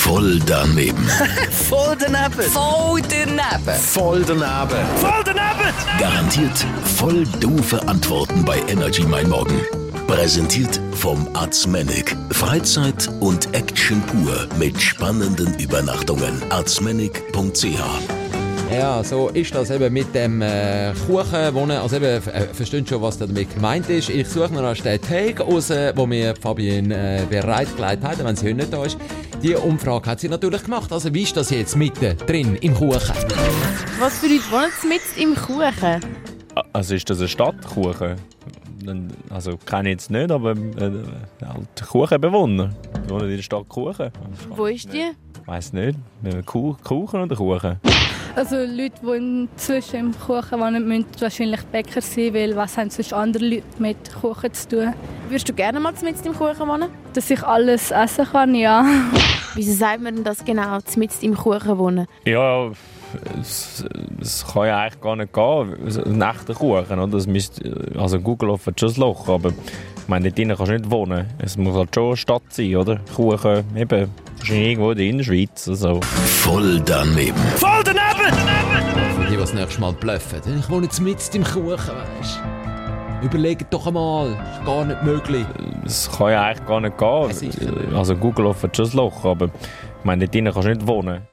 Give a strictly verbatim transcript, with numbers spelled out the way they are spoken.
Voll daneben. Voll daneben. Voll daneben. Voll daneben. Voll daneben. Garantiert voll doofe Antworten bei Energy Mein Morgen. Präsentiert vom Arzmenig. Freizeit und Action pur mit spannenden Übernachtungen. arzmenig punkt c h. Ja, so ist das eben mit dem äh, Kuchenwohnen. Also eben, äh, versteht schon, was damit gemeint ist. Ich suche noch den Tag raus, wo mir Fabienne äh, bereitgelegt hat, wenn sie heute nicht da ist. Die Umfrage hat sie natürlich gemacht. Also wie ist das jetzt mitten drin im Kuchen? Was für Leute wohnen mitten im Kuchen? Also ist das ein Stadtkuchen? Also kenne ich jetzt nicht, aber äh, halt Kuchenbewohner. Die wohnen in der Stadt Kuchen. Wo ist die? Ich weiss nicht. Kuh, Kuchen oder Kuchen? Also Leute, die inzwischen im Kuchen wohnen, müssen wahrscheinlich Bäcker sein, weil was haben sonst andere Leute mit Kuchen zu tun? Würdest du gerne mal mitten im Kuchen wohnen? Dass ich alles essen kann, ja. Wieso sagt man denn das genau, mitten im Kuchen wohnen? Ja, es, es kann ja eigentlich gar nicht gehen. Ein echter Kuchen, oder? Das müsste, also Google offert schon ein Loch, aber ich meine, dort drinnen kannst du nicht wohnen. Es muss halt schon eine Stadt sein, oder? Kuchen, eben, wahrscheinlich irgendwo in der Schweiz. Also. Voll daneben. Voll daneben. Die, die das nächste Mal bluffen. Ich wohne jetzt mitten im Kuchen, weißt du. Überlegt doch einmal, ist gar nicht möglich. Es kann ja eigentlich gar nicht gehen. Also Google offert schon ein Loch, aber ich meine, dort drinnen kannst du nicht wohnen.